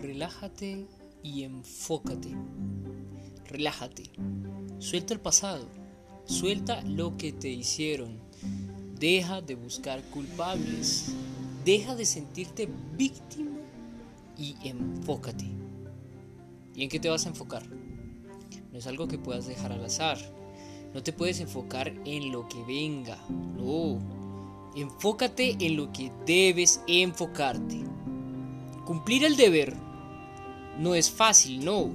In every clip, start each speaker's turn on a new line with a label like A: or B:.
A: Relájate y enfócate. Relájate. Suelta el pasado. Suelta lo que te hicieron. Deja de buscar culpables. Deja de sentirte víctima y enfócate. ¿Y en qué te vas a enfocar? No es algo que puedas dejar al azar. No te puedes enfocar en lo que venga. No. Enfócate en lo que debes enfocarte. Cumplir el deber no es fácil, no.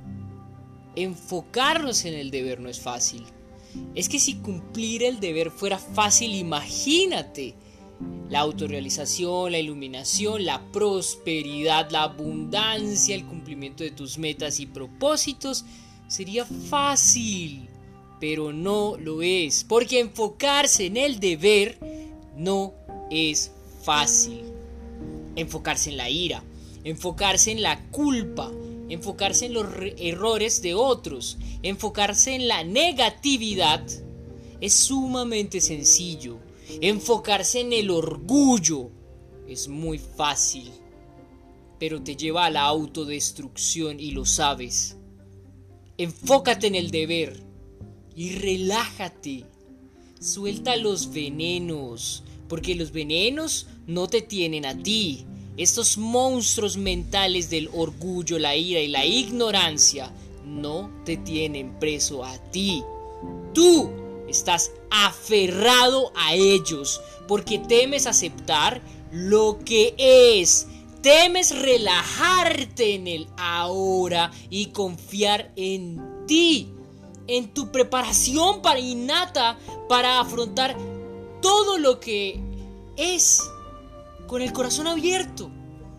A: Enfocarnos en el deber no es fácil. Es que si cumplir el deber fuera fácil, imagínate. La autorrealización, la iluminación, la prosperidad, la abundancia, el cumplimiento de tus metas y propósitos sería fácil. Pero no lo es, porque enfocarse en el deber no es fácil. Enfocarse en la ira, enfocarse en la culpa, enfocarse en los errores de otros, enfocarse en la negatividad es sumamente sencillo. Enfocarse en el orgullo es muy fácil, pero te lleva a la autodestrucción y lo sabes. Enfócate en el deber y relájate. Suelta los venenos, porque los venenos no te tienen a ti. Estos monstruos mentales del orgullo, la ira y la ignorancia no te tienen preso a ti. Tú estás aferrado a ellos porque temes aceptar lo que es. Temes relajarte en el ahora y confiar en ti, en tu preparación innata para afrontar todo lo que es con el corazón abierto.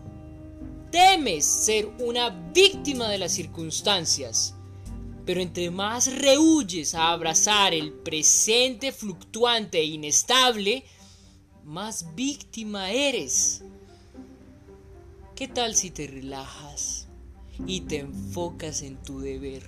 A: Temes ser una víctima de las circunstancias, pero entre más rehuyes a abrazar el presente fluctuante e inestable, más víctima eres. ¿Qué tal si te relajas y te enfocas en tu deber?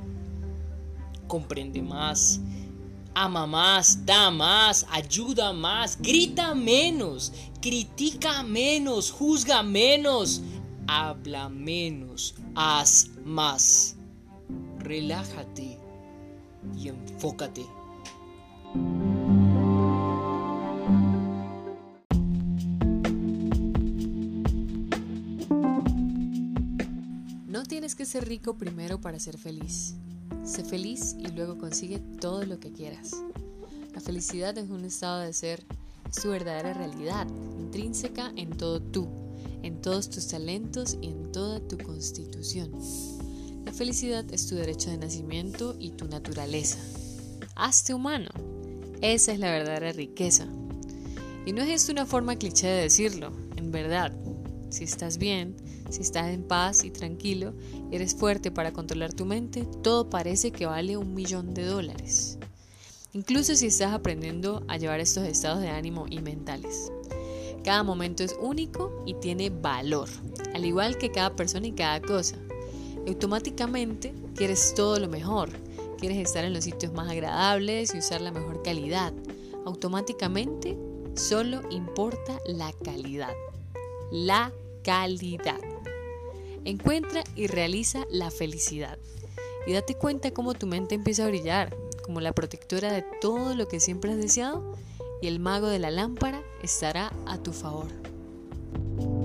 A: Comprende más, ama más, da más, ayuda más, grita menos, critica menos, juzga menos, habla menos, haz más. Relájate y enfócate.
B: No tienes que ser rico primero para ser feliz. Sé feliz y luego consigue todo lo que quieras. La felicidad es un estado de ser, es tu verdadera realidad, intrínseca en todo tú, en todos tus talentos y en toda tu constitución. La felicidad es tu derecho de nacimiento y tu naturaleza. Hazte humano. Esa es la verdadera riqueza. Y no es esto una forma cliché de decirlo, en verdad. Si estás bien, si estás en paz y tranquilo, eres fuerte para controlar tu mente, todo parece que vale $1.000.000. Incluso si estás aprendiendo a llevar estos estados de ánimo y mentales. Cada momento es único y tiene valor, al igual que cada persona y cada cosa. Automáticamente quieres todo lo mejor, quieres estar en los sitios más agradables y usar la mejor calidad. Automáticamente solo importa la calidad. La calidad. Encuentra y realiza la felicidad. Y date cuenta cómo tu mente empieza a brillar, como la protectora de todo lo que siempre has deseado, y el mago de la lámpara estará a tu favor.